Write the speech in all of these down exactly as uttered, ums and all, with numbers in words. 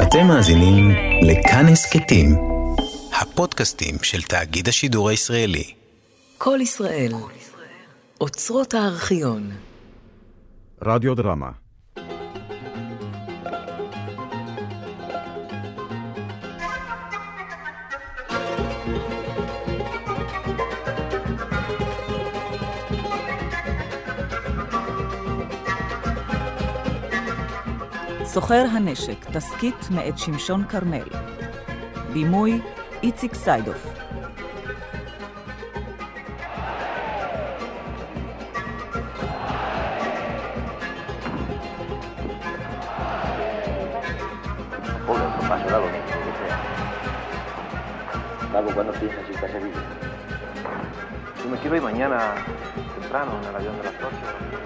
אתם מאזינים לכאן הסכתים, הפודקאסטים של תאגיד השידור הישראלי. כל ישראל, אוצרות הארכיון. רדיו דרמה. סוחר הנשק, תסקית מאת שמשון קרמל. בימוי איציק סיידוף. Pago, ¿cuándo piensas irte a Sevilla? Yo me quiero ir mañana temprano en el avión de las ocho.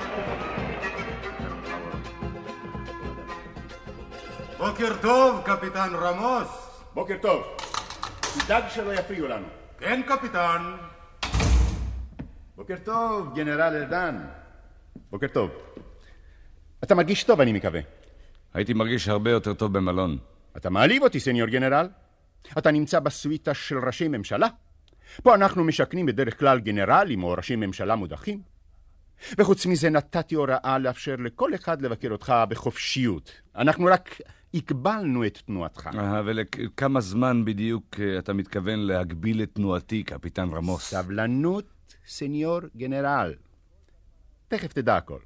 בוקר טוב, קפיטן רמוס. בוקר טוב. תדאג שלא יפריעו לנו. כן, קפיטן. בוקר טוב, גנרל אלדן. בוקר טוב. אתה מרגיש טוב, אני מקווה. הייתי מרגיש הרבה יותר טוב במלון. אתה מעליב אותי, סניור גנרל. אתה נמצא בסוויטה של ראשי ממשלה. פה אנחנו משכנים בדרך כלל גנרלים או ראשי ממשלה מודחים. וחוץ מזה נתתי הוראה לאפשר לכל אחד לבקר אותך בחופשיות. אנחנו רק הקבלנו את תנועתך. אה, ולכמה זמן בדיוק אתה מתכוון להגביל את תנועתי, קפיטן רמוס? סבלנות, סניור גנרל. תכף תדע הכל.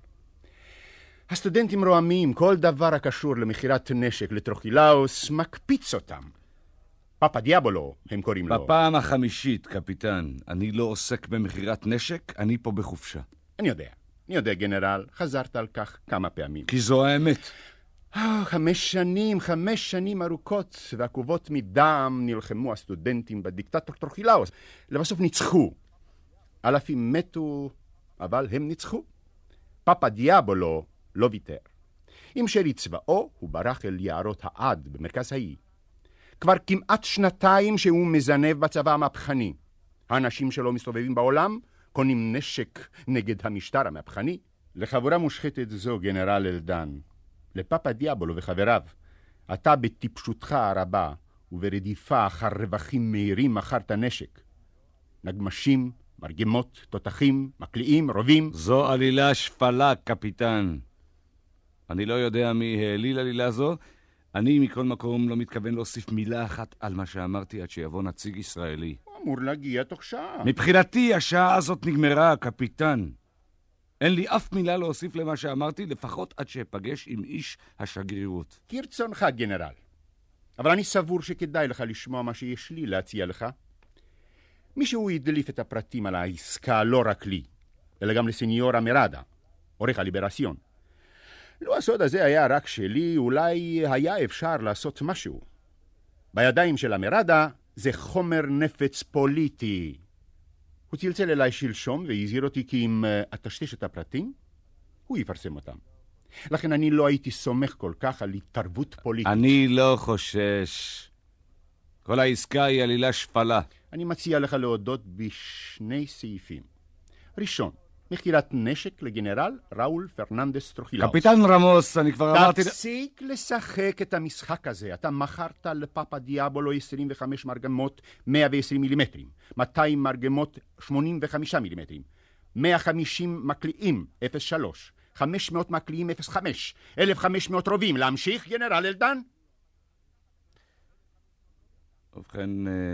הסטודנטים רועמים, כל דבר הקשור למכירת נשק לטרוכילאוס מקפיץ אותם. פאפה דיאבולו, הם קוראים לו. בפעם החמישית, קפיטן, אני לא עוסק במכירת נשק, אני פה בחופשה. אני יודע, אני יודע גנרל, חזרת על כך כמה פעמים. כי זו האמת. אה, חמש שנים, חמש שנים ארוכות ועקובות מדם נלחמו הסטודנטים בדיקטטור טרוכילאוס. לבסוף ניצחו. אלפים מתו, אבל הם ניצחו. פאפה דיאבולו לא ויתר. עם שרי צבאו הוא ברח אל יערות העד במרכז האי. כבר כמעט שנתיים שהוא מזנב בצבא המהפכני. האנשים שלו מסתובבים בעולם, קונים נשק נגד המשטר המהפכני. לחבורה מושחתת זו, גנרל אלדן, לפאפה דיאבולו וחבריו, אתה בטיפשותך הרבה וברדיפה אחר רווחים מהירים מכרת נשק. נגמשים, מרגמות, תותחים, מקליעים, רובים. זו עלילה שפלה, קפיטן. אני לא יודע מי העליל עלילה זו. אני מכל מקום לא מתכוון להוסיף מילה אחת על מה שאמרתי עד שיבוא נציג ישראלי. הוא אמור להגיע תוך שעה. מבחינתי השעה הזאת נגמרה, קפיטן. אין לי אף מילה להוסיף למה שאמרתי, לפחות עד שאפגש עם איש השגרירות. כרצונך, גנרל. אבל אני סבור שכדאי לך לשמוע מה שיש לי להציע לך. מישהו ידליף את הפרטים על העסקה לא רק לי, אלא גם לסניור אמרדה, עורך הליברסיון. לו הסוד הזה היה רק שלי, אולי היה אפשר לעשות משהו. בידיים של אמרדה זה חומר נפץ פוליטי. הוא צלצל אליי שלשום והזהיר אותי כי אם אטשטש את הפרטים, הוא יפרסם אותם. לכן אני לא הייתי סומך כל כך על התערבות פוליטית. אני לא חושש. כל העסקה היא עלילה שפלה. אני מציע לך להודות בשני סעיפים. ראשון, מכירת נשק לגנרל ראול פרננדס טרוכילאוס. קפיטן רמוס, אני כבר אמרתי... תפסיק לשחק את המשחק הזה. אתה מכרת לפאפה דיאבולו עשרים וחמש מרגמות מאה ועשרים מילימטרים, מאתיים מרגמות שמונים וחמישה מילימטרים, מאה וחמישים מקליעים אפס שלוש, חמש מאות מקליעים אפס חמש, אלף וחמש מאות רובים. להמשיך, גנרל אלדן? ובכן,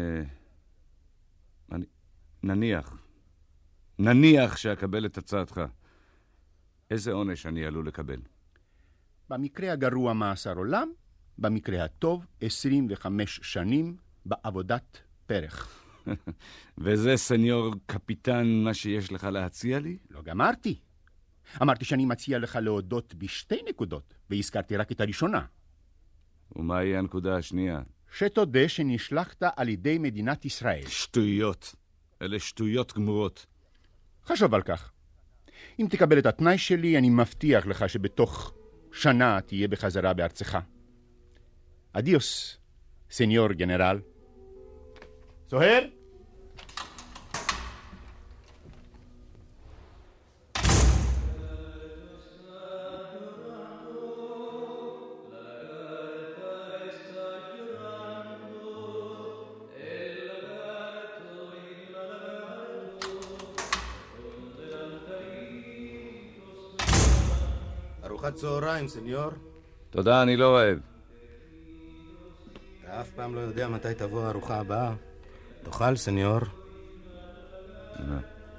אני... נניח... נניח שאקבל את הצעתך. איזה עונש אני עלול לקבל? במקרה הגרוע מאסר עולם, במקרה הטוב עשרים וחמש שנים בעבודת פרח. וזה, סניור קפיטן, מה שיש לך להציע לי? לא גמרתי. אמרתי שאני מציע לך להודות בשתי נקודות, והזכרתי רק את הראשונה. ומהי הנקודה השנייה? שתודה שנשלחת על ידי מדינת ישראל. שטויות. אלה שטויות גמורות. חשוב על כך. אם תקבל את התנאי שלי, אני מבטיח לך שבתוך שנה תהיה בחזרה בארצך. אדיוס, סניור גנרל. סוהר? ארוחת צהריים, סניור. תודה, אני לא אוהב. אתה אף פעם לא יודע מתי תבוא הארוחה הבאה. תאכל, סניור. תודה.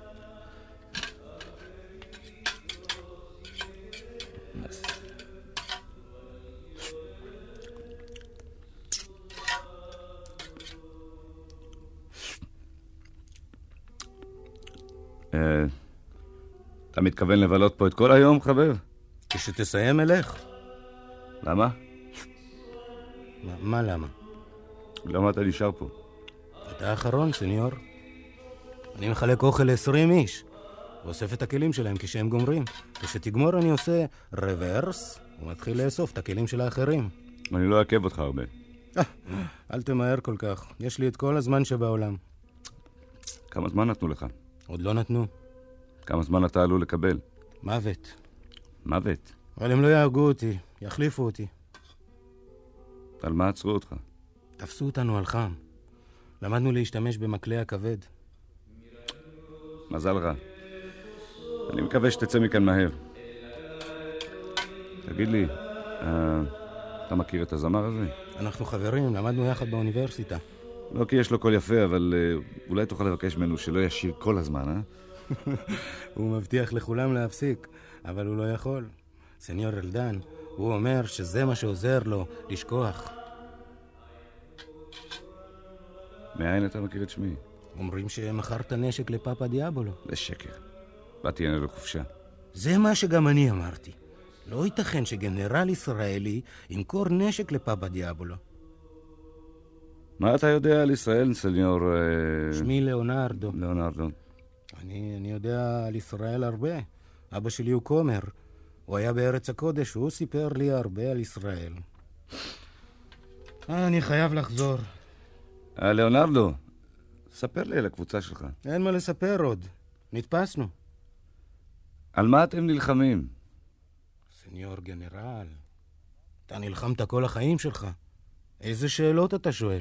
אתה מתכוון לבלות פה את כל היום, חבר? כשתסיים אלך. למה? מה, מה למה? למה אתה נשאר פה? אתה האחרון, סניור. אני מחלק אוכל ל-עשרים איש. ואוסף את הכלים שלהם כשהם גומרים. כשתגמור אני עושה רוורס, ומתחיל לאסוף את הכלים של האחרים. אני לא אעכב אותך הרבה. אל תמהר כל כך. יש לי את כל הזמן שבעולם. כמה זמן נתנו לך? עוד לא נתנו. כמה זמן אתה עלול לקבל? מוות. מוות? אבל הם לא יהרגו אותי, יחליפו אותי. על מה עצרו אותך? תפסו אותנו על חם. למדנו להשתמש במקלע הכבד. מזל רע. אני מקווה שתצא מכאן מהר. תגיד לי, אה, אתה מכיר את הזמר הזה? אנחנו חברים, למדנו יחד באוניברסיטה. לא כי יש לו קול יפה, אבל אה, אולי תוכל לבקש ממנו שלא ישיר כל הזמן, אה? הוא מבטיח לכולם להפסיק, אבל הוא לא יכול. סניור אלדן, הוא אומר שזה מה שעוזר לו לשכוח. מאין אתה מכיר את שמי? אומרים שמכרת נשק לפאפה דיאבולו. זה שקר. באתי הנה לחופשה. זה מה שגם אני אמרתי. לא ייתכן שגנרל ישראלי ימכור נשק לפאפה דיאבולו. מה אתה יודע על ישראל, סניור? שמי ליאונרדו. ליאונרדו. אני, אני יודע על ישראל הרבה. אבא שלי הוא כומר. הוא היה בארץ הקודש, הוא סיפר לי הרבה על ישראל. אני חייב לחזור. אה, ליאונרדו, ספר לי על הקבוצה שלך. אין מה לספר עוד. נתפסנו. על מה אתם נלחמים? סניור גנרל, אתה נלחמת כל החיים שלך. איזה שאלות אתה שואל?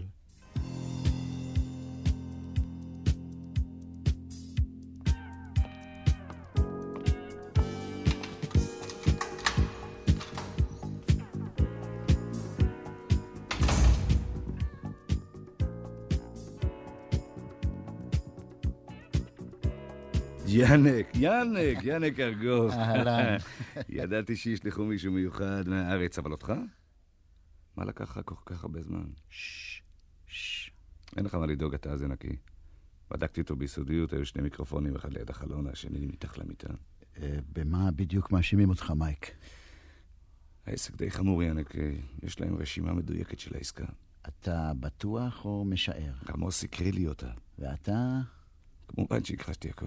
ינק, ינק, ינק ארגוב. ידעתי שישלחו מישהו מיוחד מהארץ, אבל אותך? מה לקח לך כל כך הרבה זמן? שש, שש. אין לך מה לדאוג, אתה זה נקי. בדקתי אותו ביסודיות, היו שני מיקרופונים, אחד ליד החלון, השני מתחת למיטה. במה בדיוק מאשימים אותך, מייק? העסק די חמור, ינק. יש להם רשימה מדויקת של העסקה. אתה בטוח או משער? עמוס הקריא לי אותה. ואתה? כמובן שהכחשתי הכל.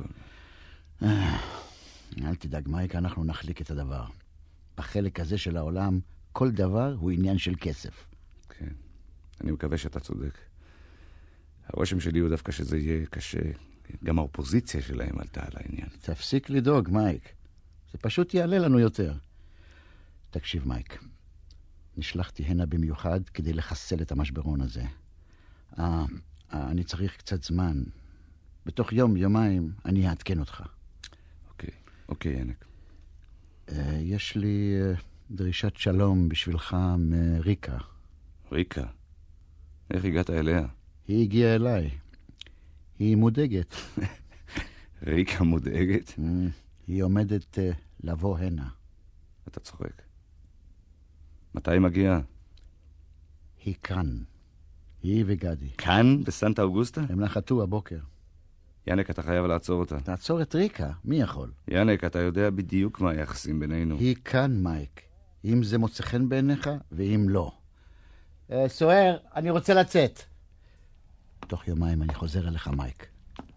אל תדאג, מייק, אנחנו נחליק את הדבר. בחלק הזה של העולם, כל דבר הוא עניין של כסף. כן, אני מקווה שאתה צודק. הרושם שלי הוא דווקא שזה יהיה קשה. גם האופוזיציה שלהם עלתה על העניין. תפסיק לדאוג, מייק. זה פשוט יעלה לנו יותר. תקשיב, מייק. נשלחתי הנה במיוחד כדי לחסל את המשברון הזה. אה, אני צריך קצת זמן. בתוך יום, יומיים, אני אעדכן אותך. אוקיי, אוקיי, ינק. יש לי דרישת שלום בשבילך מריקה. ריקה? איך הגעת אליה? היא הגיעה אליי. היא מודאגת. ריקה מודאגת? היא עומדת לבוא הנה. אתה צוחק. מתי היא מגיעה? היא כאן. היא וגדי. כאן? בסנטה אוגוסטה? הם נחתו הבוקר. ינק, אתה חייב לעצור אותה. תעצור את ריקה, מי יכול? ינק, אתה יודע בדיוק מה היחסים בינינו. היא כאן, מייק. אם זה מוצא חן בעיניך, ואם לא. אה, סוער, אני רוצה לצאת. תוך יומיים אני חוזר אליך, מייק.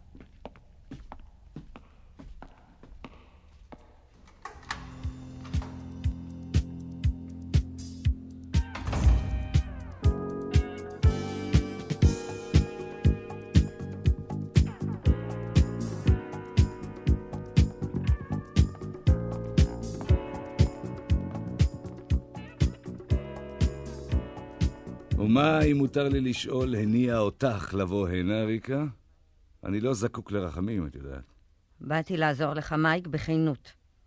ומה אם מותר לי לשאול הניע אותך לבוא הנה, ריקה? אני לא זקוק לרחמים, את יודעת. באתי לעזור לך, מייק, בכנות.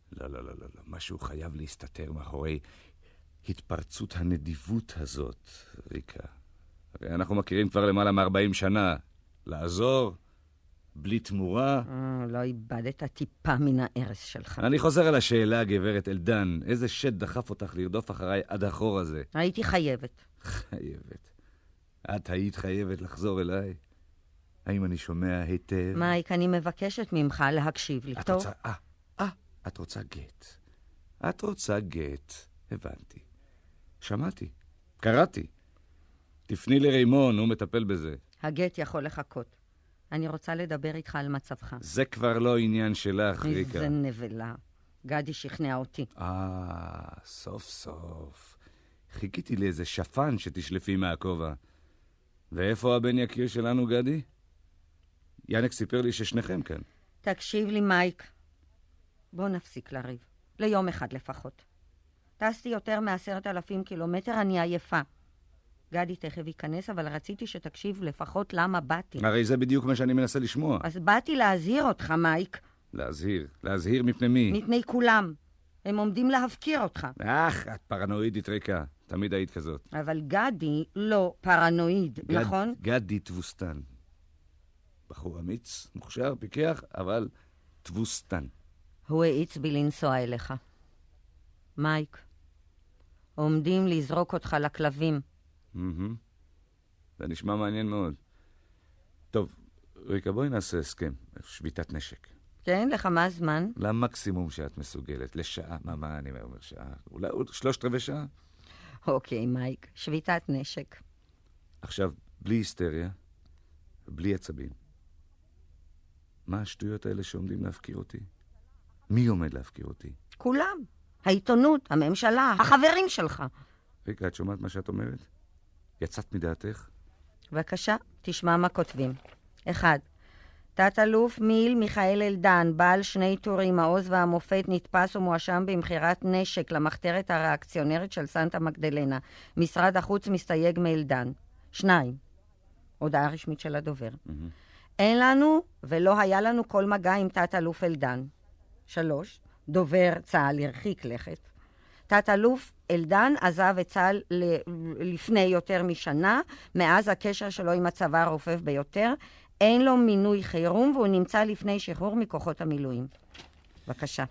לא, לא, לא, לא, לא. משהו חייב להסתתר מאחורי התפרצות הנדיבות הזאת, ריקה. הרי אנחנו מכירים כבר למעלה מ-ארבעים שנה. לעזור, בלי תמורה. לא איבדת טיפה מן הארס שלך. אני חוזר על השאלה, גברת אלדן. איזה שד דחף אותך לרדוף אחריי עד החור הזה? הייתי חייבת. חייבת. את היית חייבת לחזור אליי? האם אני שומע היטב? מייק, אני מבקשת ממך להקשיב לי, את טוב? רוצה... אה, אה, את רוצה גט. את רוצה גט. הבנתי. שמעתי. קראתי. תפני לרימון, הוא מטפל בזה. הגט יכול לחכות. אני רוצה לדבר איתך על מצבך. זה כבר לא עניין שלך, ריקה. איזה נבלה. גדי שכנע אותי. אה, סוף סוף. חיכיתי לאיזה שפן שתשלפי מהכובע. ואיפה הבן יקיר שלנו, גדי? ינק סיפר לי ששניכם כאן. תקשיב לי, מייק. בוא נפסיק לריב. ליום אחד לפחות. טסתי יותר מעשרת אלפים קילומטר, אני עייפה. גדי תכף ייכנס, אבל רציתי שתקשיב לפחות למה באתי. הרי זה בדיוק מה שאני מנסה לשמוע. אז באתי להזהיר אותך, מייק. להזהיר? להזהיר מפני מי? מפני כולם. הם עומדים להפקיר אותך. אך, את פרנואידית ריקה. תמיד היית כזאת. אבל גדי לא פרנואיד, גד, נכון? גדי תבוסתן. בחור אמיץ, מוכשר, פיקח, אבל תבוסתן. הוא האיץ בי לנסוע אליך. מייק, עומדים לזרוק אותך לכלבים. Mm-hmm. זה נשמע מעניין מאוד. טוב, ריקה, בואי נעשה הסכם. שביתת נשק. כן, לכמה זמן? למקסימום שאת מסוגלת. לשעה. מה, מה אני אומר? שעה? אולי עוד שלושת רבעי שעה? אוקיי, מייק. שביתת נשק. עכשיו, בלי היסטריה, בלי עצבים. מה השטויות האלה שעומדים להפקיר אותי? מי עומד להפקיר אותי? כולם. העיתונות, הממשלה, החברים שלך. ריקה, את שומעת מה שאת אומרת? יצאת מדעתך? בבקשה, תשמע מה כותבים. אחד, תת-אלוף מיל מיכאל אלדן, בעל שני טורים, העוז והמופת, נתפס ומואשם במחירת נשק למחתרת הריאקציונרית של סנטה מגדלנה. משרד החוץ מסתייג מאלדן. שניים, הודעה רשמית של הדובר. Mm-hmm. אין לנו ולא היה לנו כל מגע עם תת-אלוף אלדן. שלוש, דובר צה"ל הרחיק לכת. תת-אלוף אלדן עזב את צה"ל לפני יותר משנה, מאז הקשר שלו עם הצבא הרופף ביותר, אין לו מינוי חירום והוא נמצא לפני שחרור מכוחות המילואים. בבקשה.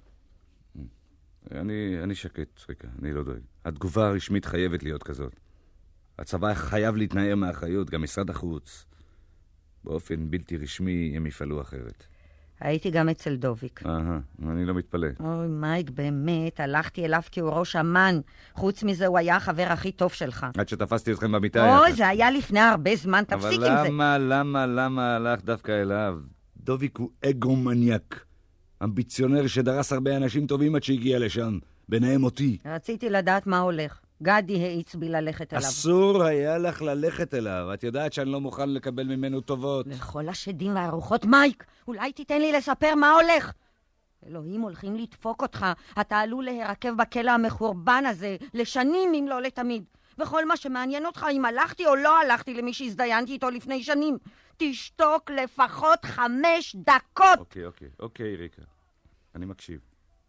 אני, אני שקט, ריקה, אני לא דואג. התגובה הרשמית חייבת להיות כזאת. הצבא חייב להתנער מהאחריות, גם משרד החוץ. באופן בלתי רשמי הם יפעלו אחרת. הייתי גם אצל דוביק. אהה, אני לא מתפלא. אוי, מייק, באמת, הלכתי אליו כי הוא ראש אמן. חוץ מזה, הוא היה החבר הכי טוב שלך. עד שתפסתי אתכם במיטה. אוי, זה היה לפני הרבה זמן, תפסיק עם זה. אבל למה, למה, למה הלך דווקא אליו? דוביק הוא אגומניאק. אמביציונר שדרס הרבה אנשים טובים עד שהגיע לשם. ביניהם אותי. רציתי לדעת מה הולך. גדי העיץ בי ללכת אליו. אסור היה לך ללכת אליו. את יודעת שאני לא מוכן לקבל ממנו טובות. לכל השדים והרוחות, מייק, אולי תיתן לי לספר מה הולך. אלוהים הולכים לדפוק אותך. אתה עלול להירקב בכלא המחורבן הזה, לשנים אם לא לתמיד. וכל מה שמעניין אותך אם הלכתי או לא הלכתי למי שהזדיינתי איתו לפני שנים. תשתוק לפחות חמש דקות. אוקיי, אוקיי, אוקיי, ריקה. אני מקשיב.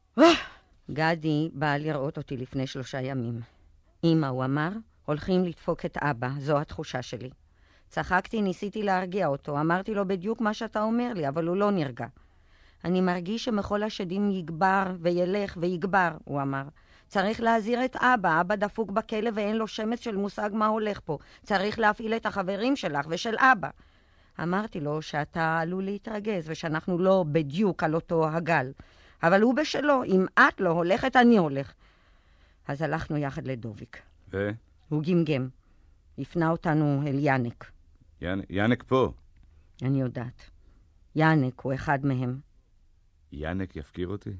גדי בא לראות אותי לפני שלושה ימים. אמא, הוא אמר, הולכים לדפוק את אבא, זו התחושה שלי. צחקתי, ניסיתי להרגיע אותו, אמרתי לו בדיוק מה שאתה אומר לי, אבל הוא לא נרגע. אני מרגיש שמכל השדים יגבר וילך ויגבר, הוא אמר. צריך להזהיר את אבא, אבא דפוק בכלא ואין לו שמץ של מושג מה הולך פה. צריך להפעיל את החברים שלך ושל אבא. אמרתי לו שאתה עלול להתרגז ושאנחנו לא בדיוק על אותו הגל. אבל הוא בשלו, אם את לא הולכת, אני הולך. אז הלכנו יחד לדוביק. ו? הוא גמגם. הפנה אותנו אל ינק. יאנק, יאנק פה. אני יודעת. ינק הוא אחד מהם. יאנק יפקיר אותי?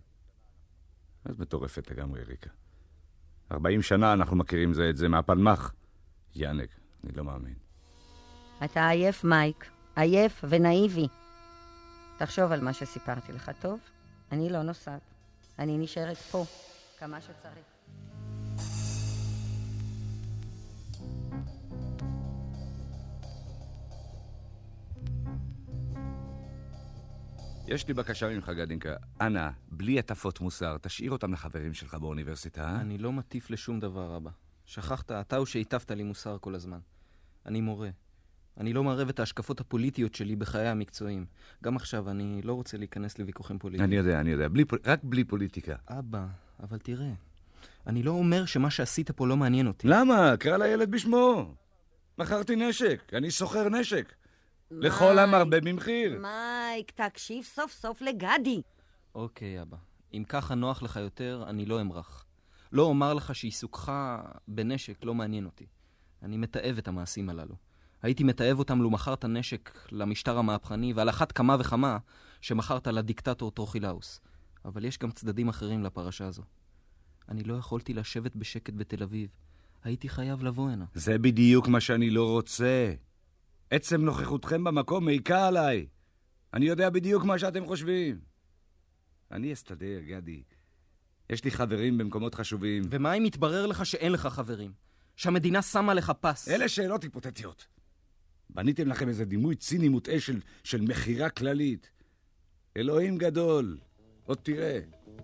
אז מטורפת לגמרי, ריקה. ארבעים שנה אנחנו מכירים זה את זה מהפלמח. יאנק, אני לא מאמין. אתה עייף, מייק. עייף ונאיבי. תחשוב על מה שסיפרתי לך, טוב? אני לא נוסעת. אני נשארת פה כמה שצריך. יש לי בקשה ממך, גדינקה. אנא, בלי הטפות מוסר, תשאיר אותם לחברים שלך באוניברסיטה. אני לא מטיף לשום דבר, אבא. שכחת, אתה הוא שהטפת לי מוסר כל הזמן. אני מורה. אני לא מערב את ההשקפות הפוליטיות שלי בחיי המקצועיים. גם עכשיו אני לא רוצה להיכנס לוויכוחים פוליטיים. אני יודע, אני יודע. בלי, רק בלי פוליטיקה. אבא, אבל תראה. אני לא אומר שמה שעשית פה לא מעניין אותי. למה? קרא לילד בשמו. מכרתי נשק. אני סוחר נשק. לכל המרבה במחיר. מייק, תקשיב סוף סוף לגדי. אוקיי, אבא. אם ככה נוח לך יותר, אני לא אמרח. לא אומר לך שעיסוקך בנשק לא מעניין אותי. אני מתאב את המעשים הללו. הייתי מתאב אותם לו מכרת נשק למשטר המהפכני, ועל אחת כמה וכמה שמכרת לדיקטטור טרוחילאוס. אבל יש גם צדדים אחרים לפרשה הזו. אני לא יכולתי לשבת בשקט בתל אביב. הייתי חייב לבוא הנה. זה בדיוק מה שאני לא רוצה. עצם נוכחותכם במקום מעיקה עליי. אני יודע בדיוק מה שאתם חושבים. אני אסתדר, גדי. יש לי חברים במקומות חשובים. ומה אם מתברר לך שאין לך חברים? שהמדינה שמה לך פס? אלה שאלות היפותטיות. בניתם לכם איזה דימוי ציני מוטעה של, של מחירה כללית. אלוהים גדול. עוד תראה.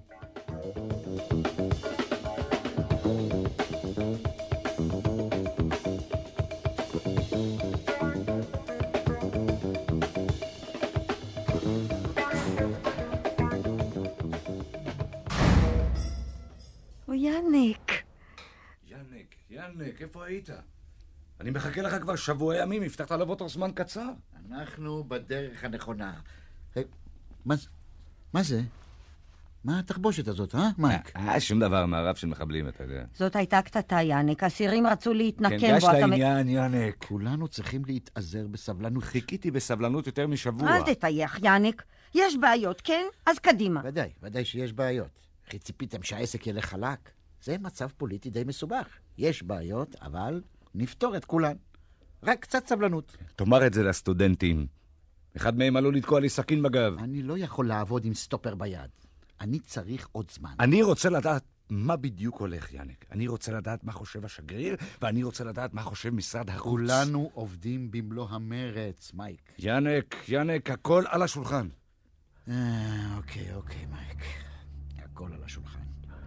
יאניק. יאניק, יאניק, איפה היית? אני מחכה לך כבר שבוע ימים, הבטחת לבוא תוך זמן קצר. אנחנו בדרך הנכונה. מה, מה זה? מה התחבושת הזאת, אה, מייק? אה, שום דבר מערב של מחבלים, אתה יודע. זאת הייתה קטטה, יאניק. אסירים רצו להתנקם כן, גש בו. לעניין, יאניק. כולנו צריכים להתאזר בסבלנות. חיכיתי בסבלנות יותר משבוע. אל תתייח, יאניק. יש בעיות, כן? אז קדימה. ודאי, ודאי שיש בעיות. כי ציפיתם שהעסק ילך חלק. זה מצב פוליטי די מסובך. יש בעיות, אבל נפתור את כולן. רק קצת סבלנות. תאמר את זה לסטודנטים. אחד מהם עלול לתקוע לי סכין בגב. אני לא יכול לעבוד עם סטופר ביד. אני צריך עוד זמן. אני רוצה לדעת מה בדיוק הולך, יאניק. אני רוצה לדעת מה חושב השגריר, ואני רוצה לדעת מה חושב משרד החוץ. כולנו עובדים במלוא המרץ, מייק. יאניק, יאניק, הכל על השולחן. אה, אוקיי, אוקיי, מייק. הכל על השולחן.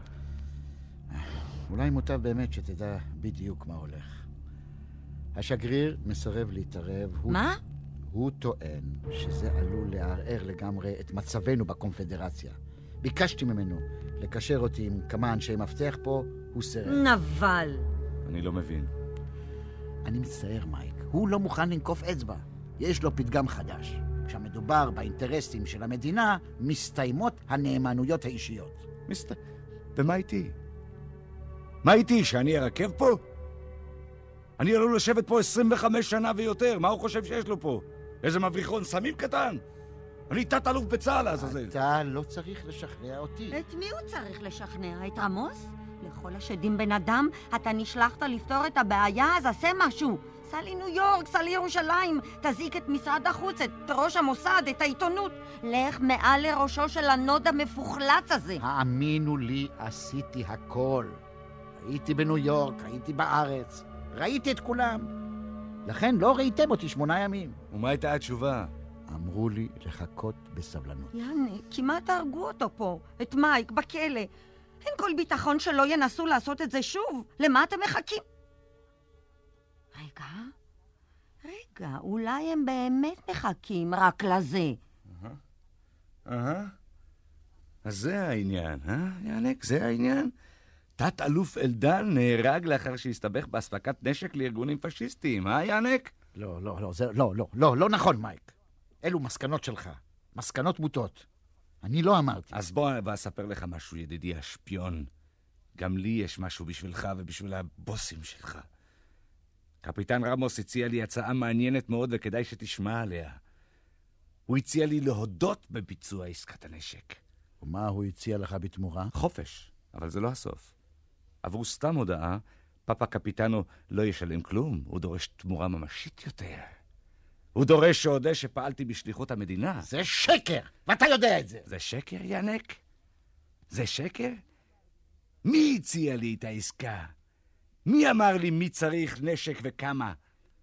אולי מוטב באמת שתדע בדיוק מה הולך. השגריר מסרב להתערב. מה? הוא טוען שזה עלול לערער לגמרי את מצבנו בקונפדרציה. ביקשתי ממנו לקשר אותי עם כמה אנשי מפתח פה, הוא סירב. נבל. אני לא מבין. אני מצטער, מייק. הוא לא מוכן לנקוף אצבע. יש לו פתגם חדש. כשמדובר באינטרסים של המדינה, מסתיימות הנאמנויות האישיות. מסת... ומה איתי? מה איתי? שאני ארכב פה? אני עלול לשבת פה עשרים וחמש שנה ויותר. מה הוא חושב שיש לו פה? איזה מבריחון סמים קטן? אני תת אלוף בצה"ל, אז הזה. אתה לא צריך לשכנע אותי. את מי הוא צריך לשכנע? את עמוס? לכל השדים בן אדם, אתה נשלחת לפתור את הבעיה, אז עשה משהו. סע לניו יורק, סע לירושלים, תזיק את משרד החוץ, את ראש המוסד, את העיתונות. לך מעל לראשו של הנוד המפוחלץ הזה. האמינו לי, עשיתי הכל. הייתי בניו יורק, הייתי בארץ, ראיתי את כולם. לכן לא ראיתם אותי שמונה ימים. ומה הייתה התשובה? אמרו לי לחכות בסבלנות. יאני, כמעט הרגו אותו פה, את מייק, בכלא. אין כל ביטחון שלא ינסו לעשות את זה שוב. למה אתם מחכים? רגע, רגע, אולי הם באמת מחכים רק לזה. אהה, אהה. אז זה העניין, אה, יאניק? זה העניין? תת אלוף אלדן נהרג לאחר שהסתבך בהספקת נשק לארגונים פשיסטיים, אה, יאניק? לא, לא, לא, זה לא, לא, לא, לא נכון, מייק. אלו מסקנות שלך, מסקנות מוטות. אני לא אמרתי. אז בוא ואספר לך משהו, ידידי השפיון. גם לי יש משהו בשבילך ובשביל הבוסים שלך. קפיטן רמוס הציע לי הצעה מעניינת מאוד וכדאי שתשמע עליה. הוא הציע לי להודות בביצוע עסקת הנשק. ומה הוא הציע לך בתמורה? חופש, אבל זה לא הסוף. עבור סתם הודעה, פאפה קפיטנו לא ישלם כלום. הוא דורש תמורה ממשית יותר. הוא דורש שהודה שפעלתי בשליחות המדינה. זה שקר, ואתה יודע את זה. זה שקר, יאניק? זה שקר? מי הציע לי את העסקה? מי אמר לי מי צריך נשק וכמה?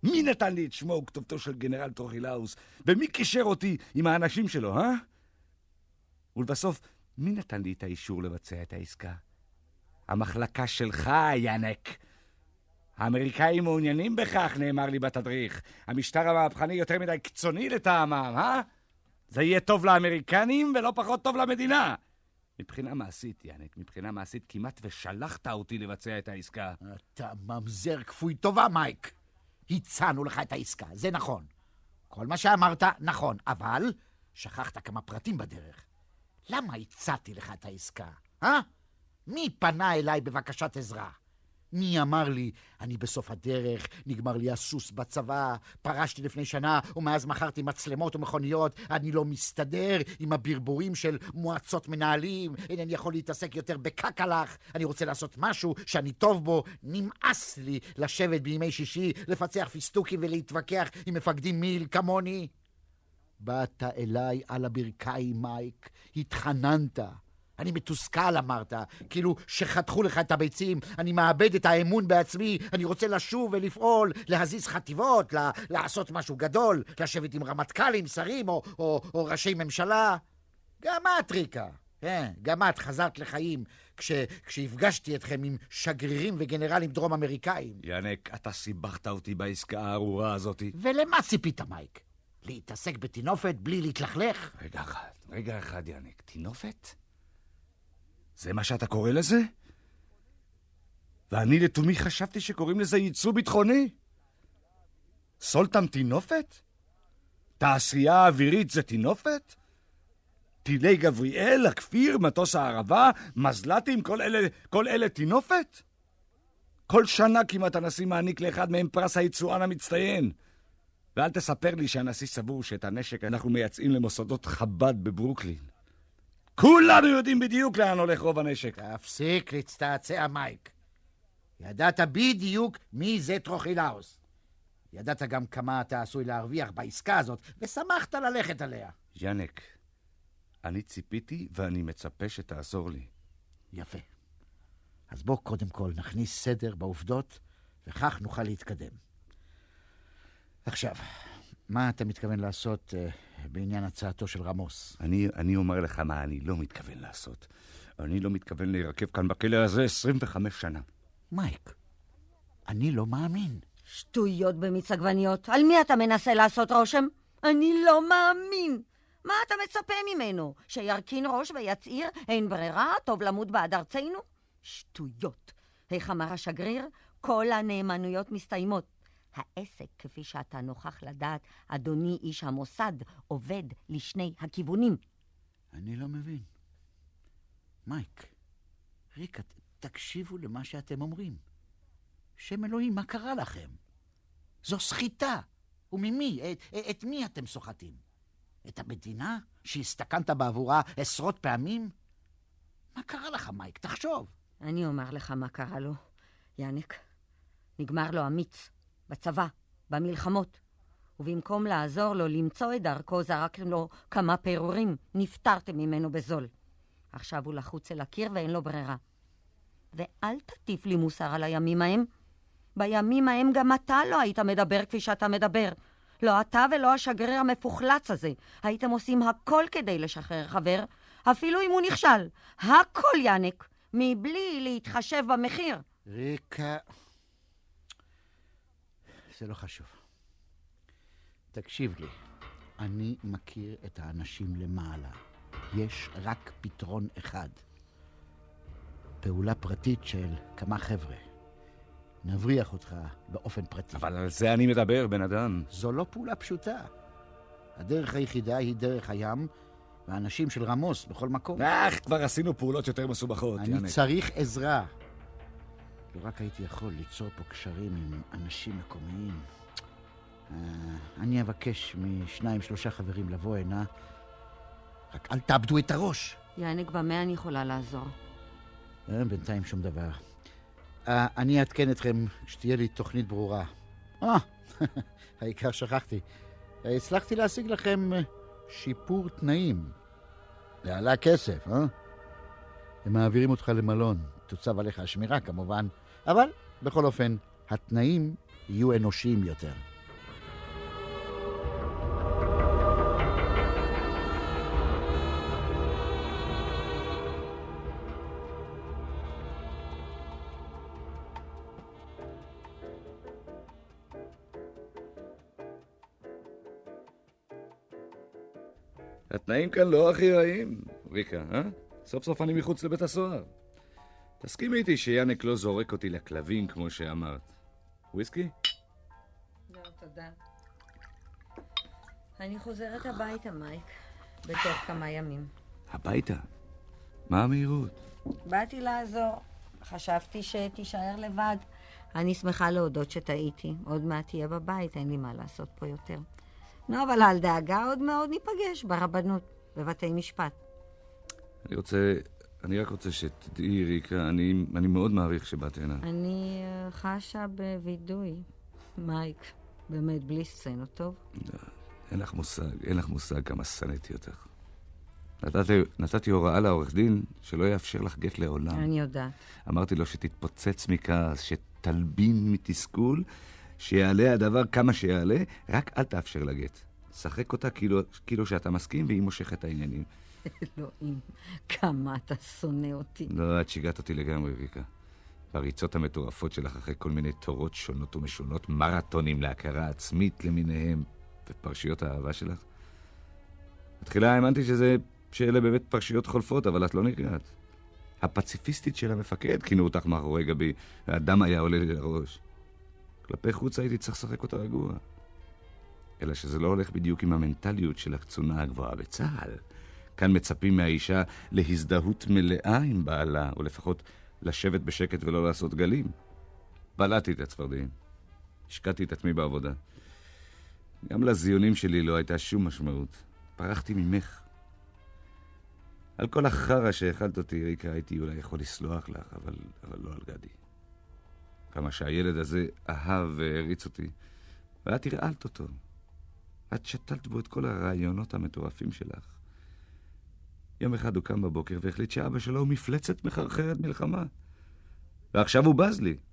מי נתן לי את שמו וכתובתו של גנרל טרוחילאוס? ומי קישר אותי עם האנשים שלו, אה? ולבסוף, מי נתן לי את האישור לבצע את העסקה? המחלקה שלך, ינק. האמריקאים מעוניינים בכך, נאמר לי בתדריך. המשטר המהפכני יותר מדי קיצוני לטעמם, אה? זה יהיה טוב לאמריקנים ולא פחות טוב למדינה. מבחינה מעשית, ינק, מבחינה מעשית כמעט ושלחת אותי לבצע את העסקה. אתה ממזר כפוי טובה, מייק. הצענו לך את העסקה, זה נכון. כל מה שאמרת נכון, אבל שכחת כמה פרטים בדרך. למה הצעתי לך את העסקה? אה? מי פנה אליי בבקשת עזרה? מי אמר לי, אני בסוף הדרך, נגמר לי הסוס בצבא, פרשתי לפני שנה ומאז מכרתי מצלמות ומכוניות, אני לא מסתדר עם הברבורים של מועצות מנהלים, אינני יכול להתעסק יותר בקקלח, אני רוצה לעשות משהו שאני טוב בו, נמאס לי לשבת בימי שישי, לפצח פיסטוקים ולהתווכח עם מפקדים מיל כמוני. באת אליי על הברכיים, מייק, התחננת. אני מתוסכל, אמרת, כאילו שחתכו לך את הביצים, אני מאבד את האמון בעצמי, אני רוצה לשוב ולפעול, להזיז חטיבות, לה, לעשות משהו גדול, לשבת עם רמטכ"לים, שרים או, או, או ראשי ממשלה. גם את, ריקה, כן, גם את חזרת לחיים כש, כשהפגשתי אתכם עם שגרירים וגנרלים דרום אמריקאים. ינק, אתה סיבכת אותי בעסקה הארורה הזאת. ולמה ציפית, מייק? להתעסק בתינופת בלי להתלכלך? רגע אחד, רגע אחד, ינק, תינופת? זה מה שאתה קורא לזה? ואני לתומי חשבתי שקוראים לזה ייצוא ביטחוני? סולטם תינופת? תעשייה אווירית זה תינופת? טילי גבריאל, הכפיר, מטוס הערבה, מזל"טים, כל אלה, כל אלה תינופת? כל שנה כמעט הנשיא מעניק לאחד מהם פרס היצואן המצטיין. ואל תספר לי שהנשיא סבור שאת הנשק אנחנו מייצאים למוסדות חב"ד בברוקלין. כולנו יודעים בדיוק לאן הולך רוב הנשק. תפסיק להצטעצע, מייק. ידעת בדיוק מי זה טרוחילאוס. ידעת גם כמה אתה עשוי להרוויח בעסקה הזאת, ושמחת ללכת עליה. ינק, אני ציפיתי ואני מצפה שתעזור לי. יפה. אז בוא קודם כל נכניס סדר בעובדות, וכך נוכל להתקדם. עכשיו, מה אתה מתכוון לעשות uh, בעניין הצעתו של רמוס? אני, אני אומר לך מה אני לא מתכוון לעשות. אני לא מתכוון להירקב כאן בכלא הזה עשרים וחמש שנה. מייק, אני לא מאמין. שטויות במיץ עגבניות. על מי אתה מנסה לעשות רושם? אני לא מאמין. מה אתה מצפה ממנו? שירכין ראש ויצעיר, אין ברירה, טוב למות בעד ארצנו? שטויות. איך אמר השגריר? כל הנאמנויות מסתיימות. העסק, כפי שאתה נוכח לדעת, אדוני איש המוסד, עובד לשני הכיוונים. אני לא מבין. מייק, ריקה, תקשיבו למה שאתם אומרים. שם אלוהים, מה קרה לכם? זו סחיטה. וממי? את, את מי אתם סוחטים? את המדינה שהסתכנת בעבורה עשרות פעמים? מה קרה לך, מייק? תחשוב. אני אומר לך מה קרה לו, ינק. נגמר לו אמיץ. בצבא, במלחמות. ובמקום לעזור לו למצוא את דרכו, זרקתם לו כמה פירורים, נפטרתם ממנו בזול. עכשיו הוא לחוץ אל הקיר ואין לו ברירה. ואל תטיף לי מוסר על הימים ההם. בימים ההם גם אתה לא היית מדבר כפי שאתה מדבר. לא אתה ולא השגריר המפוחלץ הזה. הייתם עושים הכל כדי לשחרר חבר, אפילו אם הוא נכשל. הכל, ינק, מבלי להתחשב במחיר. ריקה... זה לא חשוב. תקשיב לי, אני מכיר את האנשים למעלה. יש רק פתרון אחד. פעולה פרטית של כמה חבר'ה. נבריח אותך באופן פרטי. אבל על זה אני מדבר, בן אדם. זו לא פעולה פשוטה. הדרך היחידה היא דרך הים, והאנשים של רמוס בכל מקום. אך, כבר עשינו פעולות יותר מסובכות. אני ינק. צריך עזרה. לא רק הייתי יכול ליצור פה קשרים עם אנשים מקומיים. Uh, אני אבקש משניים שלושה חברים לבוא הנה. רק אל תאבדו את הראש. ינק, במה אני יכולה לעזור? Uh, בינתיים שום דבר. Uh, אני אעדכן אתכם שתהיה לי תוכנית ברורה. אה, העיקר שכחתי. Uh, הצלחתי להשיג לכם uh, שיפור תנאים. זה עלה כסף, אה? הם מעבירים אותך למלון. תוצב עליך השמירה כמובן. אבל בכל אופן, התנאים יהיו אנושיים יותר. התנאים כאן לא הכי רעים, ריקה, אה? סוף סוף אני מחוץ לבית הסוהר. תסכימי איתי שיאנק לא זורק אותי לכלבים כמו שאמרת. וויסקי? לא, תודה. אני חוזרת הביתה, מייק, בתוך כמה ימים. הביתה? מה המהירות? באתי לעזור. חשבתי שתישאר לבד. אני שמחה להודות שטעיתי. עוד מעט תהיה בבית, אין לי מה לעשות פה יותר. נו, אבל אל דאגה, עוד מאוד ניפגש ברבנות, בבתי משפט. אני רוצה, אני רק רוצה שתדעי, ריקה, אני, אני מאוד מעריך שבאת הנה. אני uh, חשה בווידוי, מייק, באמת בלי סצנות, טוב? לא, אין לך מושג, אין לך מושג כמה שנאתי אותך. נתתי, נתתי הוראה לעורך דין שלא יאפשר לך גט לעולם. אני יודעת. אמרתי לו שתתפוצץ מכעס, שתלבין מתסכול, שיעלה הדבר כמה שיעלה, רק אל תאפשר לה גט. שחק אותה כאילו, כאילו שאתה מסכים והיא מושכת העניינים. אלוהים, כמה אתה שונא אותי. לא, את שיגעת אותי לגמרי, ריקה. בריצות המטורפות שלך אחרי כל מיני תורות שונות ומשונות, מרתונים להכרה עצמית למיניהם, ופרשיות האהבה שלך. בתחילה האמנתי שזה, שאלה באמת פרשיות חולפות, אבל את לא נרגעת. הפציפיסטית של המפקד כינו אותך מאחורי גבי, והדם היה עולה לי לראש. כלפי חוץ הייתי צריך לשחק אותה רגוע. אלא שזה לא הולך בדיוק עם המנטליות של הקצונה הגבוהה בצה"ל. כאן מצפים מהאישה להזדהות מלאה עם בעלה, או לפחות לשבת בשקט ולא לעשות גלים. בלעתי את הצפרדעים. השקעתי את עצמי בעבודה. גם לזיונים שלי לא הייתה שום משמעות. פרחתי ממך. על כל החרה שהאכלת אותי, ריקה, הייתי אולי יכול לסלוח לך, אבל, אבל לא על גדי. כמה שהילד הזה אהב והריץ אותי, ואת הרעלת אותו. את שתלת בו את כל הרעיונות המטורפים שלך. יום אחד הוא קם בבוקר והחליט שאבא שלו הוא מפלצת מחרחרת מלחמה. ועכשיו הוא בז לי.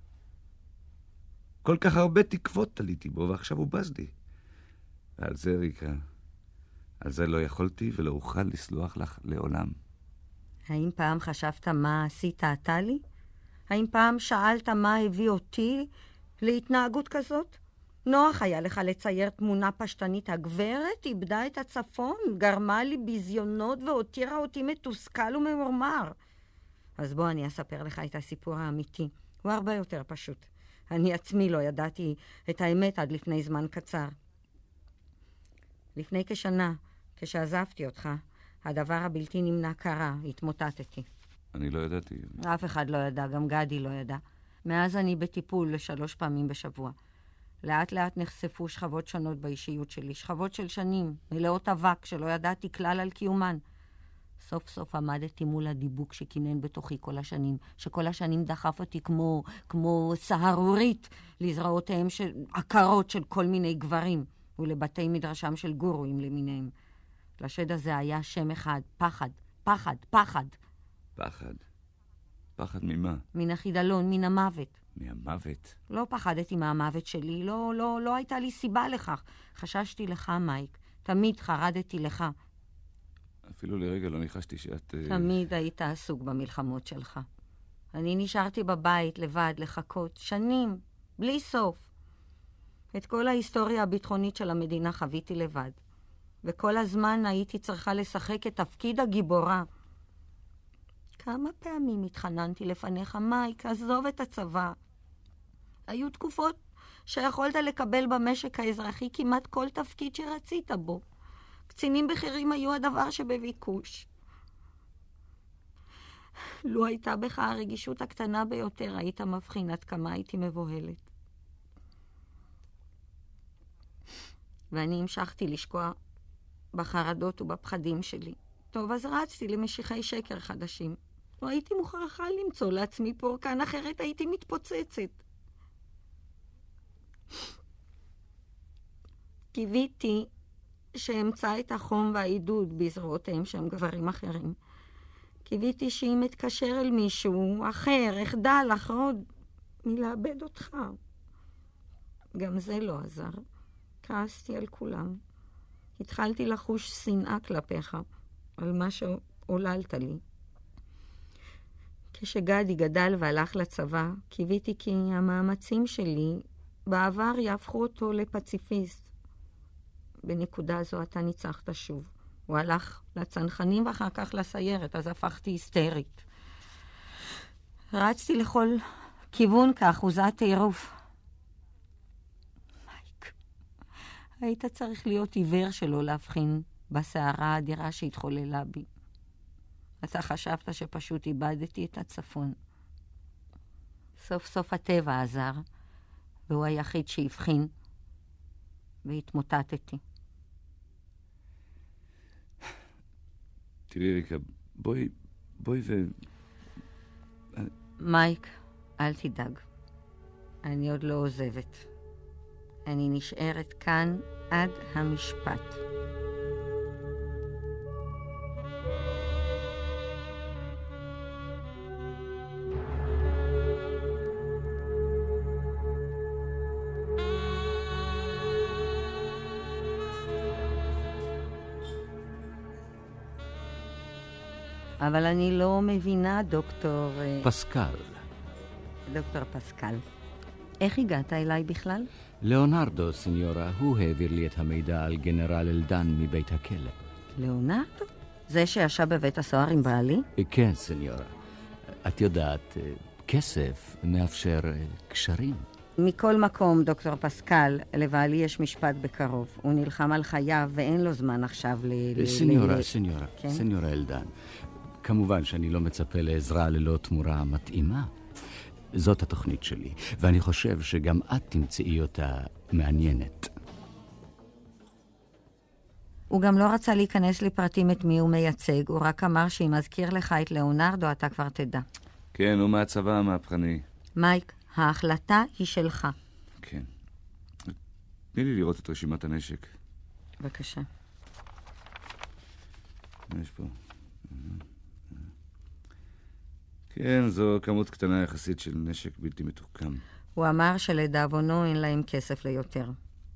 כל כך הרבה תקוות תליתי בו, ועכשיו הוא בז לי. ועל זה, ריקה, על זה לא יכולתי ולא אוכל לסלוח לך לעולם. האם פעם חשבת מה עשית אתה לי? האם פעם שאלת מה הביא אותי להתנהגות כזאת? נוח היה לך לצייר תמונה פשטנית. הגברת איבדה את הצפון, גרמה לי ביזיונות והותירה אותי מתוסכל וממורמר. אז בוא אני אספר לך את הסיפור האמיתי. הוא הרבה יותר פשוט. אני עצמי לא ידעתי את האמת עד לפני זמן קצר. לפני כשנה, כשעזבתי אותך, הדבר הבלתי נמנע קרה, התמוטטתי. אני לא ידעתי. אף אחד לא ידע, גם גדי לא ידע. מאז אני בטיפול לשלוש פעמים בשבוע. לאט לאט נחשפו שכבות שונות באישיות שלי, שכבות של שנים, מלאות אבק שלא ידעתי כלל על קיומן. סוף סוף עמדתי מול הדיבוק שכינן בתוכי כל השנים, שכל השנים דחף אותי כמו, כמו סהרורית לזרועותיהם של עקרות של כל מיני גברים, ולבתי מדרשם של גורואים למיניהם. לשד הזה היה שם אחד, פחד, פחד, פחד. פחד? פחד ממה? מן החידלון, מן המוות. מהמוות? לא פחדתי מהמוות שלי, לא, לא, לא הייתה לי סיבה לכך. חששתי לך, מייק. תמיד חרדתי לך. אפילו לרגע לא ניחשתי שאת... תמיד היית עסוק במלחמות שלך. אני נשארתי בבית לבד לחכות שנים, בלי סוף. את כל ההיסטוריה הביטחונית של המדינה חוויתי לבד. וכל הזמן הייתי צריכה לשחק את תפקיד הגיבורה. כמה פעמים התחננתי לפניך, מייק, עזוב את הצבא. היו תקופות שיכולת לקבל במשק האזרחי כמעט כל תפקיד שרצית בו. קצינים בכירים היו הדבר שבביקוש. לו הייתה בך הרגישות הקטנה ביותר, היית מבחין עד כמה הייתי מבוהלת. ואני המשכתי לשקוע בחרדות ובפחדים שלי. טוב, אז רצתי למשיחי שקר חדשים. לא הייתי מוכרחה למצוא לעצמי פורקן, אחרת הייתי מתפוצצת. קיוויתי שאמצא את החום והעידוד בזרועותיהם שהם גברים אחרים. קיוויתי שאם אתקשר אל מישהו אחר, אחדל לחרוד מלאבד אותך. גם זה לא עזר. כעסתי על כולם. התחלתי לחוש שנאה כלפיך, על מה שעוללת לי. כשגדי גדל והלך לצבא, קיוויתי כי המאמצים שלי בעבר יהפכו אותו לפציפיסט. בנקודה זו אתה ניצחת שוב. הוא הלך לצנחנים ואחר כך לסיירת, אז הפכתי היסטרית. רצתי לכל כיוון כאחוזת טירוף. מייק, היית צריך להיות עיוור שלא להבחין בסערה האדירה שהתחוללה בי. אתה חשבת שפשוט איבדתי את הצפון. סוף סוף הטבע עזר, והוא היחיד שהבחין, והתמוטטתי. תראי ריקה, בואי, בואי ו... מייק, אל תדאג. אני עוד לא עוזבת. אני נשארת כאן עד המשפט. אבל אני לא מבינה, דוקטור... פסקל. דוקטור פסקל. איך הגעת אליי בכלל? ליאונרדו, סניורה, הוא העביר לי את המידע על גנרל אלדן מבית הכלא. ליאונרדו? זה שישב בבית הסוהר עם בעלי? כן, סניורה. את יודעת, כסף מאפשר קשרים. מכל מקום, דוקטור פסקל, לבעלי יש משפט בקרוב. הוא נלחם על חייו ואין לו זמן עכשיו ל... סניורה, ל... סניורה, כן? סניורה אלדן. כמובן שאני לא מצפה לעזרה ללא תמורה מתאימה. זאת התוכנית שלי, ואני חושב שגם את תמצאי אותה מעניינת. הוא גם לא רצה להיכנס לפרטים את מי הוא מייצג, הוא רק אמר שאם אזכיר לך את ליאונרדו, אתה כבר תדע. כן, הוא מהצבא המהפכני. מייק, ההחלטה היא שלך. כן. תני לי לראות את רשימת הנשק. בבקשה. מה יש פה? כן, זו כמות קטנה יחסית של נשק בלתי מתוחכם. הוא אמר שלדאבונו אין להם כסף ליותר.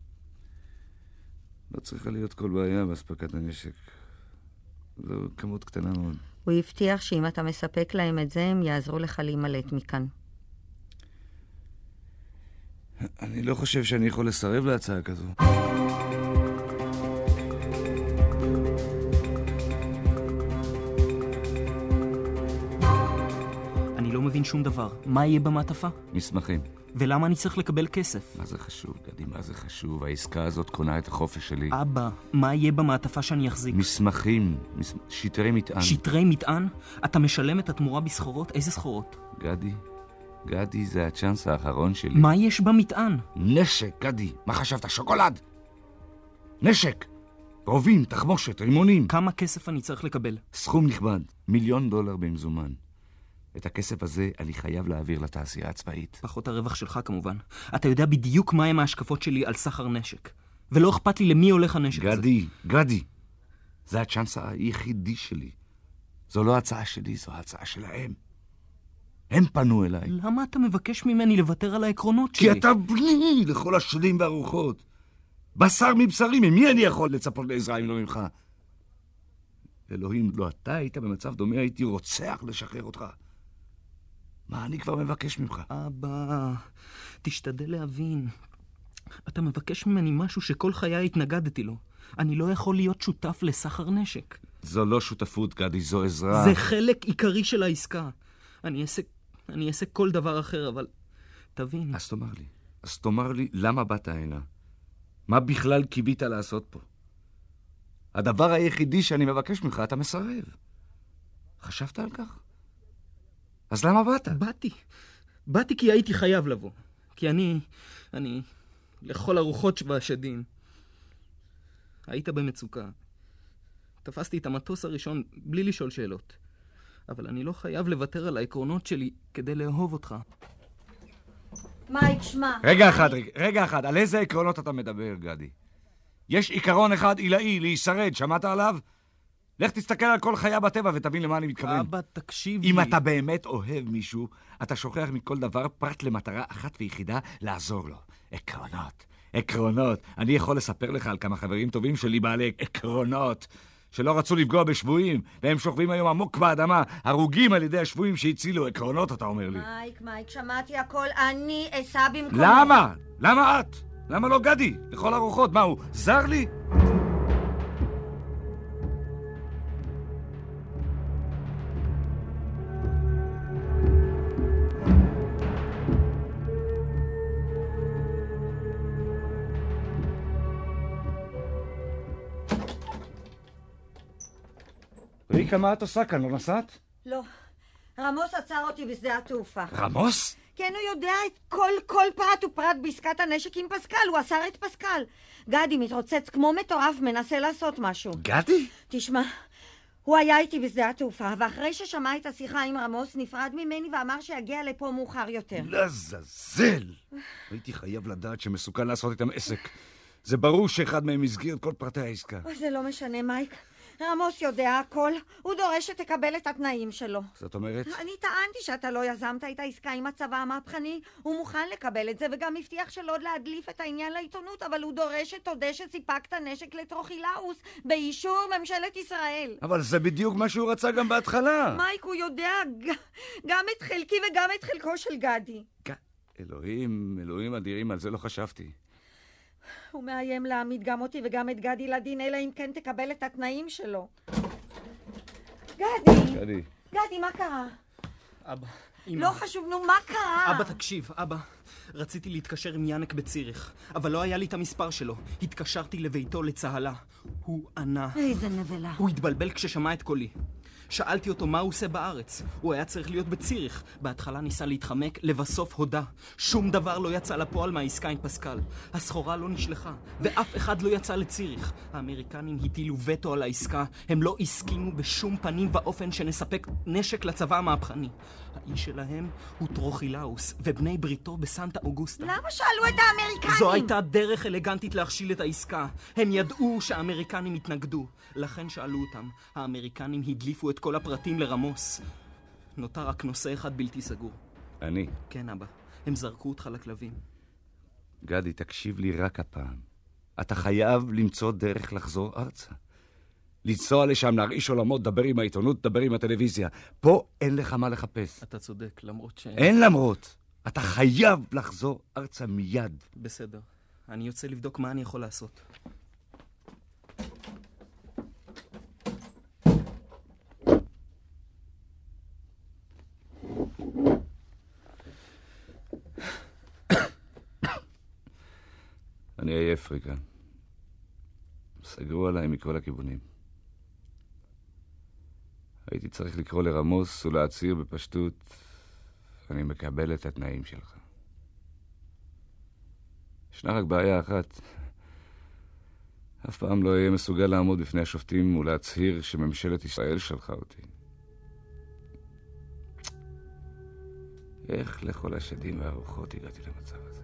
לא צריכה להיות כל בעיה בהספקת הנשק. זו כמות קטנה מאוד. הוא הבטיח שאם אתה מספק להם את זה, הם יעזרו לך להימלט מכאן. אני לא חושב שאני יכול לסרב להצעה כזו. אני לא מבין שום דבר. מה יהיה במעטפה? מסמכים. ולמה אני צריך לקבל כסף? מה זה חשוב, גדי? מה זה חשוב? העסקה הזאת קונה את החופש שלי. אבא, מה יהיה במעטפה שאני אחזיק? מסמכים, מס... שטרי מטען. שטרי מטען? אתה משלם את התמורה בסחורות? איזה סחורות? גדי, גדי, זה הצ'אנס האחרון שלי. מה יש במטען? נשק, גדי. מה חשבת? שוקולד! נשק! רובים, תחמושת, רימונים. כמה כסף אני צריך לקבל? סכום נכבד, מיליון דולר במזומן. את הכסף הזה אני חייב להעביר לתעשייה הצבאית. פחות הרווח שלך כמובן. אתה יודע בדיוק מה הם ההשקפות שלי על סחר נשק. ולא אכפת לי למי הולך הנשק גדי, הזה. גדי, גדי. זה הצ'אנס היחידי שלי. זו לא הצעה שלי, זו הצעה שלהם. הם פנו אליי. למה אתה מבקש ממני לוותר על העקרונות כי שלי? כי אתה בני לכל השדים והרוחות. בשר מבשרים, ממי אני יכול לצפות לעזרה אם לא ממך? אלוהים, לא אתה היית במצב דומה, הייתי רוצח לשחרר אותך. מה אני כבר מבקש ממך? אבא, תשתדל להבין. אתה מבקש ממני משהו שכל חיי התנגדתי לו. אני לא יכול להיות שותף לסחר נשק. זו לא שותפות, גדי, זו עזרה. זה חלק עיקרי של העסקה. אני אעשה, אני אעשה כל דבר אחר, אבל תבין. אז תאמר לי, אז תאמר לי, למה באת הנה? מה בכלל קיבית לעשות פה? הדבר היחידי שאני מבקש ממך, אתה מסרב. חשבת על כך? אז למה באת? באתי. באתי כי הייתי חייב לבוא. כי אני, אני, לכל הרוחות והשדים. היית במצוקה. תפסתי את המטוס הראשון בלי לשאול שאלות. אבל אני לא חייב לוותר על העקרונות שלי כדי לאהוב אותך. מייק, שמע. רגע אחד, רגע, רגע אחד. על איזה עקרונות אתה מדבר, גדי? יש עיקרון אחד עילאי, להישרד, שמעת עליו? לך תסתכל על כל חיה בטבע ותבין למה אני מתכוון. אבא, תקשיב אם לי. אתה באמת אוהב מישהו, אתה שוכח מכל דבר פרט למטרה אחת ויחידה, לעזור לו. עקרונות. עקרונות. אני יכול לספר לך על כמה חברים טובים שלי בעלי עקרונות, שלא רצו לפגוע בשבויים, והם שוכבים היום עמוק באדמה, הרוגים על ידי השבויים שהצילו. עקרונות, אתה אומר לי. מייק, מייק, שמעתי הכל, אני אסע במקום. למה? למה את? למה לא גדי? לכל הרוחות, מה הוא? זר לי? ריקה, מה את עושה כאן? לא נסעת? לא. רמוס עצר אותי בשדה התעופה. רמוס? כן, הוא יודע את כל, כל פרט ופרט בעסקת הנשק עם פסקל. הוא אסר את פסקל. גדי מתרוצץ כמו מטורף, מנסה לעשות משהו. גדי? תשמע, הוא היה איתי בשדה התעופה, ואחרי ששמע את השיחה עם רמוס, נפרד ממני ואמר שיגיע לפה מאוחר יותר. לזזל! הייתי חייב לדעת שמסוכן לעשות איתם עסק. זה ברור שאחד מהם הסגיר את כל פרטי העסקה. זה לא משנה, מייק. רמוס יודע הכל. הוא דורש שתקבל את התנאים שלו. זאת אומרת? אני טענתי שאתה לא יזמת את העסקה עם הצבא המהפכני. הוא מוכן לקבל את זה, וגם הבטיח שלא להדליף את העניין לעיתונות, אבל הוא דורש שתודה שסיפקת נשק לטרוחילאוס באישור ממשלת ישראל. אבל זה בדיוק מה שהוא רצה גם בהתחלה. מייק, הוא יודע גם את חלקי וגם את חלקו של גדי. אלוהים, אלוהים אדירים, על זה לא חשבתי. הוא מאיים להעמיד גם אותי וגם את גדי לדין, אלא אם כן תקבל את התנאים שלו. גדי! גדי. גדי, מה קרה? אבא, אמא. לא חשוב, נו, מה קרה? אבא, תקשיב, אבא. רציתי להתקשר עם ינק בציריך, אבל לא היה לי את המספר שלו. התקשרתי לביתו לצהלה. הוא ענה. איזה נבלה. הוא התבלבל כששמע את קולי. שאלתי אותו מה הוא עושה בארץ. הוא היה צריך להיות בציריך. בהתחלה ניסה להתחמק, לבסוף הודה. שום דבר לא יצא לפועל מהעסקה עם פסקל. הסחורה לא נשלחה, ואף אחד לא יצא לציריך. האמריקנים הטילו וטו על העסקה. הם לא הסכימו בשום פנים ואופן שנספק נשק לצבא המהפכני. האיש שלהם הוא טרוחילאוס, ובני בריתו בסנטה אוגוסטה. למה שאלו את האמריקנים? זו הייתה דרך אלגנטית להכשיל את העסקה. הם ידעו שהאמריקנים התנגדו. לכן שאלו אותם. האמריקנים הדליפו את כל הפרטים לרמוס. נותר רק נושא אחד בלתי סגור. אני? כן, אבא. הם זרקו אותך לכלבים. גדי, תקשיב לי רק הפעם. אתה חייב למצוא דרך לחזור ארצה. לנסוע לשם, להרעיש עולמות, דבר עם העיתונות, דבר עם הטלוויזיה. פה אין לך מה לחפש. אתה צודק, למרות ש... אין למרות. אתה חייב לחזור ארצה מיד. בסדר. אני יוצא לבדוק מה אני יכול לעשות. אני עייף, ריקה. סגרו עליי מכל הכיוונים. הייתי צריך לקרוא לרמוס ולהצהיר בפשטות, אני מקבל את התנאים שלך. ישנה רק בעיה אחת. אף פעם לא אהיה מסוגל לעמוד בפני השופטים ולהצהיר שממשלת ישראל שלחה אותי. איך לכל השדים והרוחות הגעתי למצב הזה?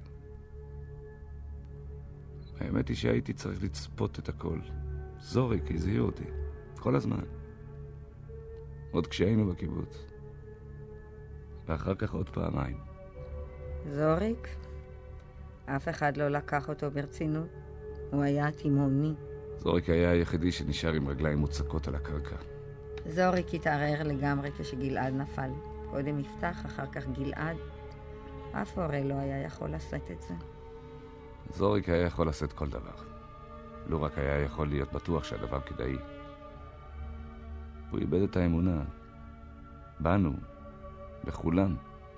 האמת היא שהייתי צריך לצפות את הכל. זוריק הזהיר אותי, כל הזמן. עוד כשהיינו בקיבוץ. ואחר כך עוד פעמיים. זוריק? אף אחד לא לקח אותו ברצינות. הוא היה תימהוני. זוריק היה היחידי שנשאר עם רגליים מוצקות על הקרקע. זוריק התערער לגמרי כשגלעד נפל. קודם יפתח, אחר כך גלעד. אף הורה לא היה יכול לשאת את זה. זוריק היה יכול לשאת כל דבר. לא רק היה יכול להיות בטוח שהדבר כדאי. הוא איבד את האמונה. בנו. בכולם.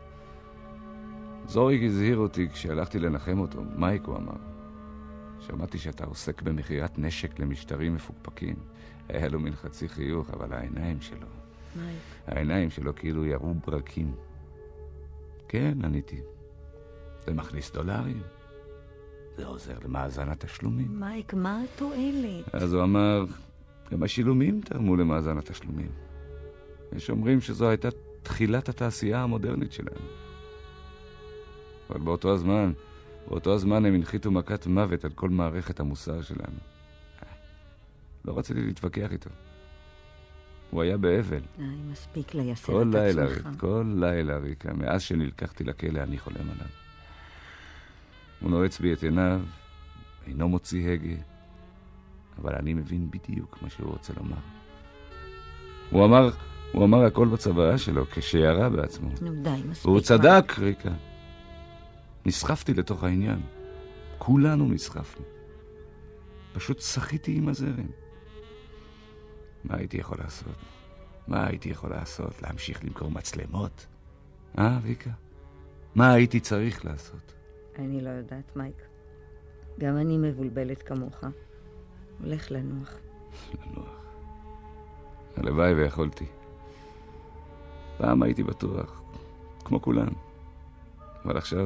זוריק הזהיר אותי כשהלכתי לנחם אותו. מייק, הוא אמר. שמעתי שאתה עוסק במכירת נשק למשטרים מפוקפקים. היה לו מין חצי חיוך, אבל העיניים שלו... מייק. העיניים שלו כאילו ירו ברקים. כן, עניתי. זה מכניס דולרים. זה עוזר למאזן התשלומים. מייק, מה התועלת? אז הוא אמר, גם השילומים תרמו למאזן התשלומים. יש אומרים שזו הייתה תחילת התעשייה המודרנית שלנו. אבל באותו הזמן, באותו הזמן הם הנחיתו מכת מוות על כל מערכת המוסר שלנו. לא רציתי להתווכח איתו. הוא היה באבל. די, מספיק לייסר כל את לילה, עצמך. כל לילה, ריקה. מאז שנלקחתי לכלא אני חולם עליו. הוא נועץ בי את עיניו, אינו מוציא הגה, אבל אני מבין בדיוק מה שהוא רוצה לומר. הוא אמר, הוא אמר הכל בצוואה שלו, כשירה בעצמו. נו די, מספיק. והוא צדק, ריקה. נסחפתי לתוך העניין. כולנו נסחפנו. פשוט שחיתי עם הזרם. מה הייתי יכול לעשות? מה הייתי יכול לעשות? להמשיך למכור מצלמות? אה, ריקה? מה הייתי צריך לעשות? אני לא יודעת, מייק. גם אני מבולבלת כמוך. הולך לנוח. לנוח. הלוואי ויכולתי. פעם הייתי בטוח, כמו כולם. אבל עכשיו,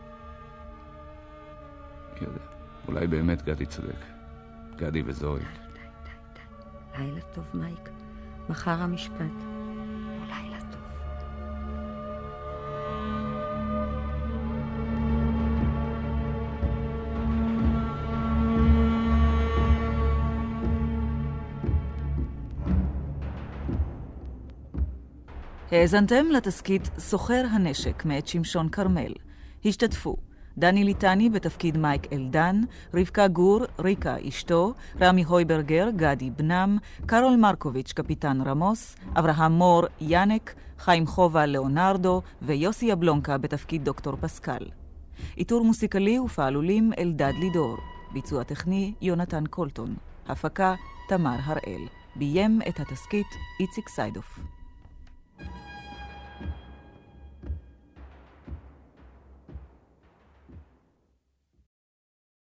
יודע, אולי באמת גדי צודק. גדי וזוהי. די, די, די, די. לילה טוב, מייק. מחר המשפט. לילה טוב. האזנתם לתסקית סוחר הנשק מאת שמשון קרמל. השתתפו דני ליטני בתפקיד מייק אלדן, רבקה גור, ריקה אשתו, רמי הויברגר, גדי בנם, קרול מרקוביץ' קפיטן רמוס, אברהם מור, ינק, חיים חובה, ליאונרדו ויוסי יבלונקה בתפקיד דוקטור פסקל. איתור מוסיקלי ופעלולים אלדד לידור. ביצוע טכני יונתן קולטון. הפקה תמר הראל. ביים את התסקית איציק סיידוף.